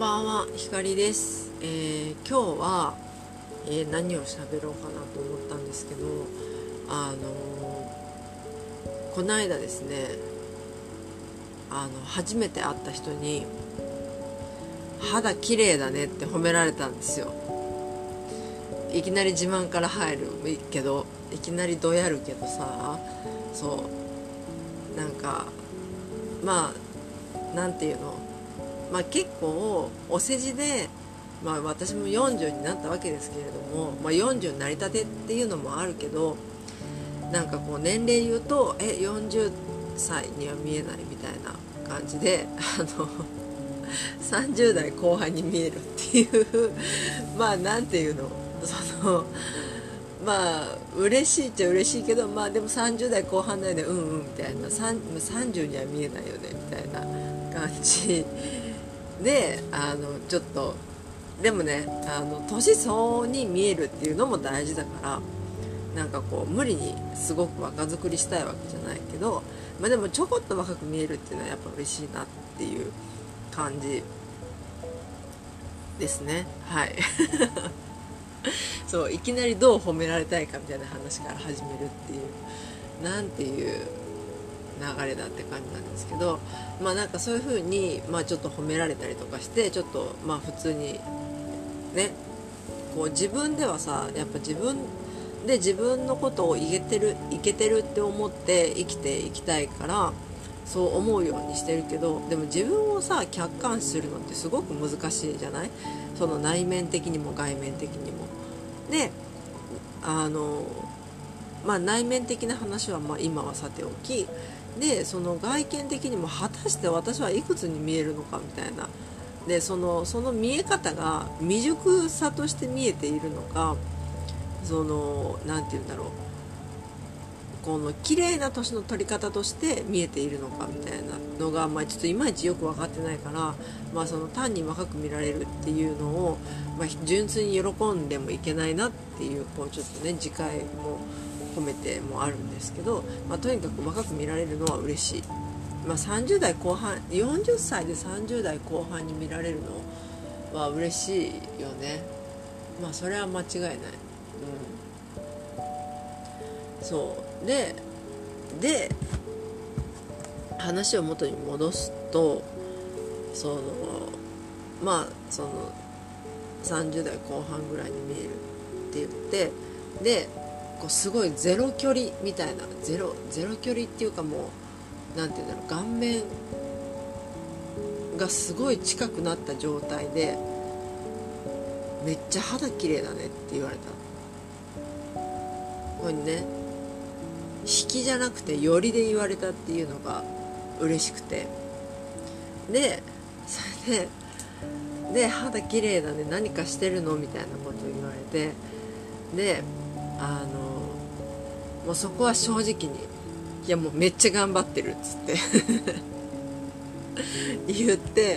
ばんは、ひかりです。今日は、何を喋ろうかなと思ったんですけど、この間ですね、初めて会った人に肌綺麗だねって褒められたんですよ。いきなり自慢から入るけど、いきなりどやるけどさ、そうなんかなんていうの、結構お世辞で、私も40になったわけですけれども、40になりたてっていうのもあるけど、なんかこう年齢言うと40歳には見えないみたいな感じで30代後半に見えるっていうなんていうの、嬉しいっちゃ嬉しいけど、でも30代後半だよね、みたいな、30には見えないよねみたいな感じで、ちょっとでもね、年相応に見えるっていうのも大事だから、なんかこう無理にすごく若作りしたいわけじゃないけど、でもちょこっと若く見えるっていうのはやっぱ嬉しいなっていう感じですね。はいそう、いきなりどう褒められたいかみたいな話から始めるっていう、なんていう流れだって感じなんですけど、なんかそういう風にちょっと褒められたりとかして、ちょっと普通にね、こう自分ではさ、やっぱ自分で自分のことをいけてるって思って生きていきたいから、そう思うようにしてるけど、でも自分をさ客観視するのってすごく難しいじゃない。その内面的にも外面的にも。で内面的な話は今はさておきで、その外見的にも果たして私はいくつに見えるのかみたいな。でその見え方が未熟さとして見えているのか、なんて言うんだろう、この綺麗な年の取り方として見えているのかみたいなのが、ちょっといまいちよく分かってないから、その単に若く見られるっていうのを、純粋に喜んでもいけないなっていう、こうちょっとね、自戒も込めてもあるんですけど、とにかく若く見られるのは嬉しい。30代後半、40歳で30代後半に見られるのは嬉しいよね。それは間違いない。そうで話を元に戻すと、その30代後半ぐらいに見えるって言って、でこうすごいゼロ距離みたいな、ゼロ距離っていうか、もうなんていうんだろう、顔面がすごい近くなった状態で、めっちゃ肌綺麗だねって言われた。これね、引きじゃなくて寄りで言われたっていうのが嬉しくて、でそれで肌綺麗だね、何かしてるのみたいなことを言われて、でもうそこは正直に、いやもうめっちゃ頑張ってるっつって言って、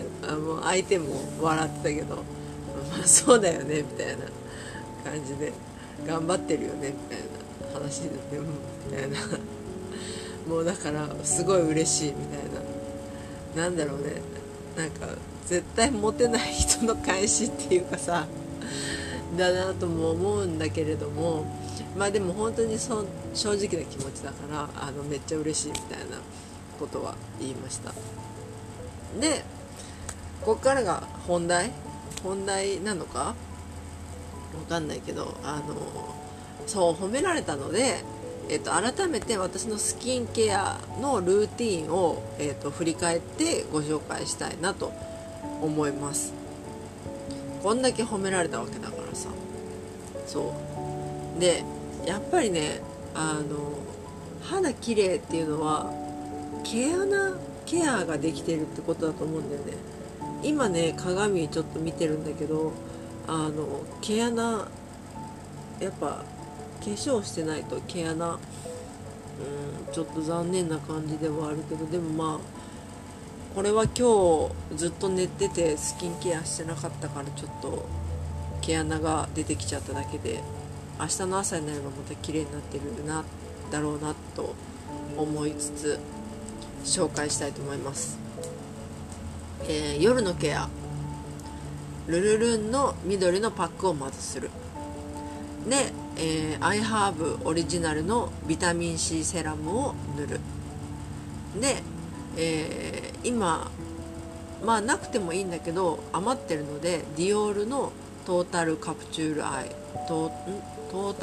もう相手も笑ってたけど、そうだよねみたいな感じで、頑張ってるよねみたいな話で、みたいなもうだからすごい嬉しいみたいな、なんだろうね、なんか絶対モテない人の返しっていうかさ、だなとも思うんだけれども、でも本当に正直な気持ちだから、めっちゃ嬉しいみたいなことは言いました。でここからが本題なのかわかんないけど、そう褒められたので、改めて私のスキンケアのルーティンを、振り返ってご紹介したいなと思います。こんだけ褒められたわけだからさ。そうで、やっぱりね、肌綺麗っていうのはケアができてるってことだと思うんだよね。今ね、鏡ちょっと見てるんだけど、毛穴、やっぱ化粧してないと毛穴、ちょっと残念な感じではあるけど、でもこれは今日ずっと寝ててスキンケアしてなかったから、ちょっと毛穴が出てきちゃっただけで、明日の朝になればまた綺麗になってるなだろうなと思いつつ紹介したいと思います。夜のケア、 ルルルンの緑のパックをまずする。で、アイハーブオリジナルのビタミン C セラムを塗る。で、今まあなくてもいいんだけど余ってるので、ディオールのトータルカプチュールアイトー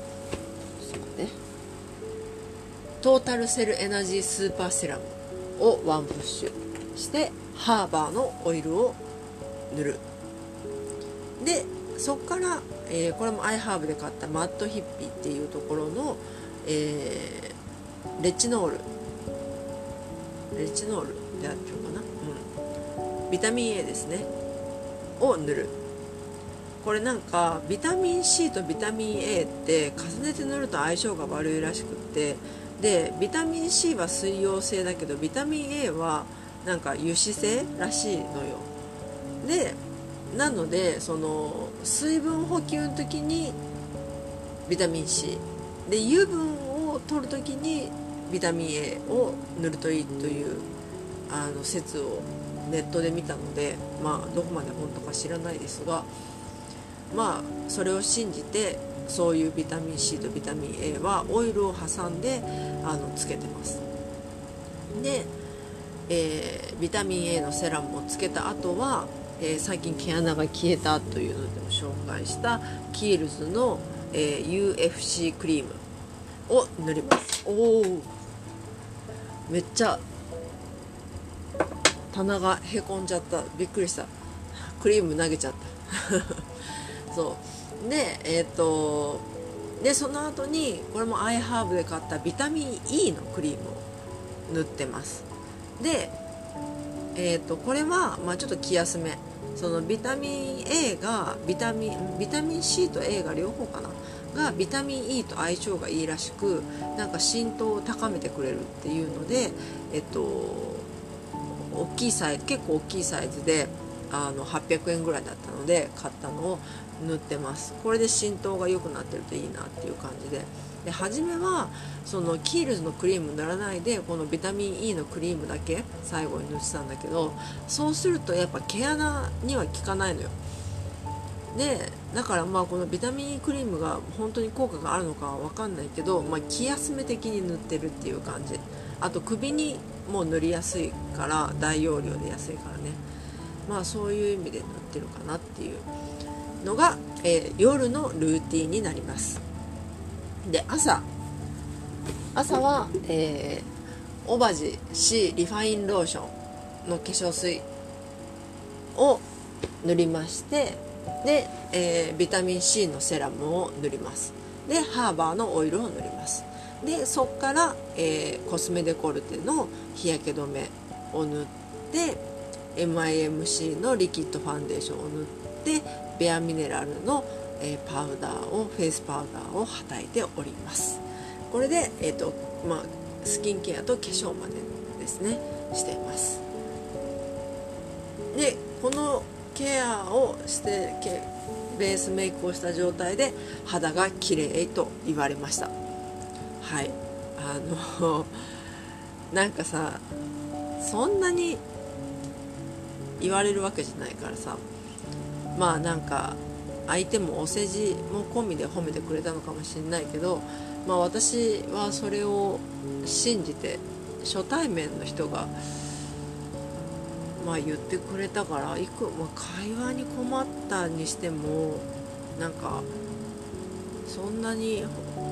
タルセルエナジースーパーセラムをワンプッシュしてハーバーのオイルを塗る。でそこから、これもアイハーブで買ったマットヒッピーっていうところの、レチノールであってるかな、ビタミン A ですねを塗る。これなんかビタミン C とビタミン A って重ねて塗ると相性が悪いらしくって、でビタミン C は水溶性だけどビタミン A はなんか油脂性らしいのよ。でなのでその水分補給の時にビタミン C で油分を取る時にビタミン A を塗るといいという説をネットで見たので、まあどこまで本当か知らないですが、まあそれを信じてそういうビタミン C とビタミン A はオイルを挟んでつけてます。で、ビタミン A のセラムをつけた後は、最近毛穴が消えたというのでも紹介したキールズの、UFC クリームを塗ります。めっちゃ棚がへこんじゃった。びっくりした。クリーム投げちゃったそうででその後にこれもアイハーブで買ったビタミン E のクリームを塗ってます。でこれは、まあ、ちょっと気休め。そのビタミン A がビタミン C と A が両方かながビタミン E と相性がいいらしく、なんか浸透を高めてくれるっていうので大きいサイズ、結構大きいサイズで800円ぐらいだったので買ったのを塗ってます。これで浸透が良くなってるといいなっていう感じで、初めはそのキールズのクリーム塗らないでこのビタミン E のクリームだけ最後に塗ってたんだけど、そうするとやっぱ毛穴には効かないのよ。でだからまあこのビタミン E クリームが本当に効果があるのかは分かんないけど、まあ、気休め的に塗ってるっていう感じ。あと首にも塗りやすいから大容量で安いからね、まあそういう意味で塗ってるかなっていうのが、夜のルーティンになります。で朝は、オバジ C リファインローションの化粧水を塗りまして、で、ビタミン C のセラムを塗ります。でハーバーのオイルを塗ります。でそこから、コスメデコルテの日焼け止めを塗って MIMC のリキッドファンデーションを塗ってベアミネラルの、パウダーをフェイスパウダーをはたいております。これで、まあ、スキンケアと化粧までですねしています。でこのケアをしてベースメイクをした状態で肌が綺麗と言われました。はいなんかさそんなに言われるわけじゃないからさ、まあなんか相手もお世辞も込みで褒めてくれたのかもしれないけど、まあ私はそれを信じて初対面の人がまあ言ってくれたから、まあ、会話に困ったにしてもなんかそんなに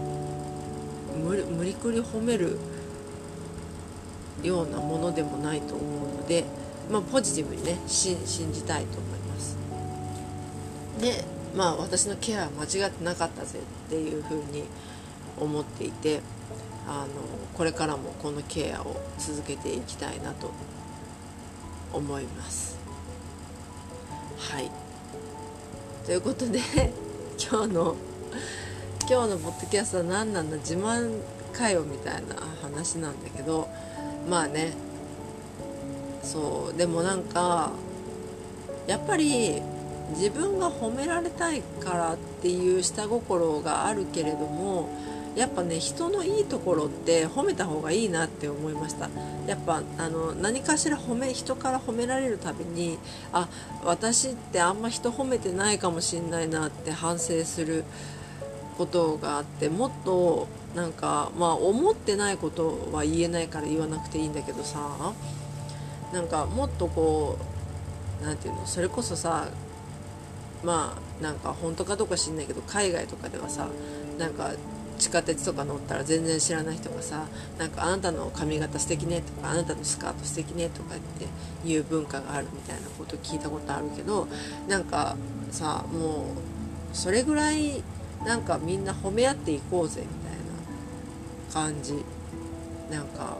無理くり褒めるようなものでもないと思うので、まあ、ポジティブにね信じたいと思います。でまあ私のケアは間違ってなかったぜっていうふうに思っていて、これからもこのケアを続けていきたいなと思います。はいということで今日のポッドキャストは何なんだ自慢かよみたいな話なんだけど、まあねそうでもなんかやっぱり自分が褒められたいからっていう下心があるけれども、 やっぱね、人のいいところって褒めた方がいいなって思いました。やっぱ何かしら人から褒められるたびに、あ、私ってあんま人褒めてないかもしんないなって反省することがあって、もっとなんか、まあ思ってないことは言えないから言わなくていいんだけどさ、なんかもっとこう、なんていうの、それこそさ、まあなんか本当かどうか知んないけど、海外とかではさ、なんか地下鉄とか乗ったら全然知らない人がさ、なんかあなたの髪型素敵ねとか、あなたのスカート素敵ねとかっていう文化があるみたいなこと聞いたことあるけど、なんかさ、もうそれぐらいなんかみんな褒め合っていこうぜみたいな感じ。なんか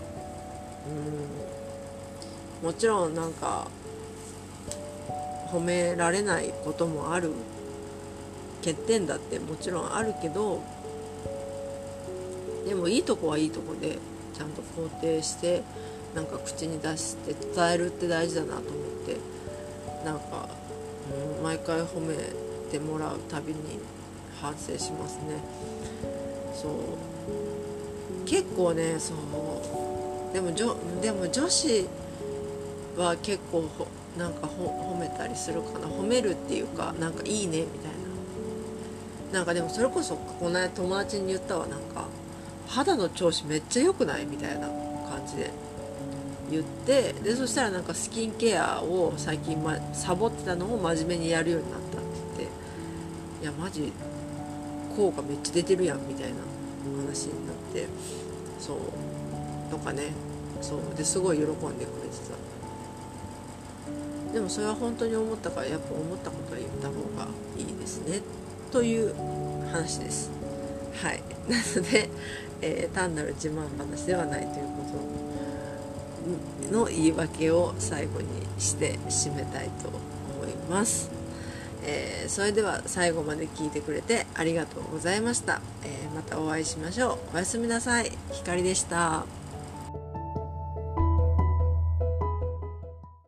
もちろんなんか褒められないこともある、欠点だってもちろんあるけど、でもいいとこはいいとこでちゃんと肯定してなんか口に出して伝えるって大事だなと思って、なんか、毎回褒めてもらうたびに反省しますね。そう結構ね、そうでも女子は結構なんか褒めたりするかな。褒めるっていうか、なんかいいねみたいな。なんかでもそれこそこの間友達に言ったわ。なんか肌の調子めっちゃ良くないみたいな感じで言って、でそしたらなんかスキンケアを最近、サボってたのを真面目にやるようになったって言って、いやマジ効果めっちゃ出てるやんみたいな話になって、そうとかね、そうですごい喜んでくれてた。でもそれは本当に思ったから、やっぱ思ったことは言った方がいいですねという話です。はい、なので、単なる自慢話ではないということの言い訳を最後にして締めたいと思います。それでは最後まで聞いてくれてありがとうございました。またお会いしましょう。おやすみなさい。ひかりでした。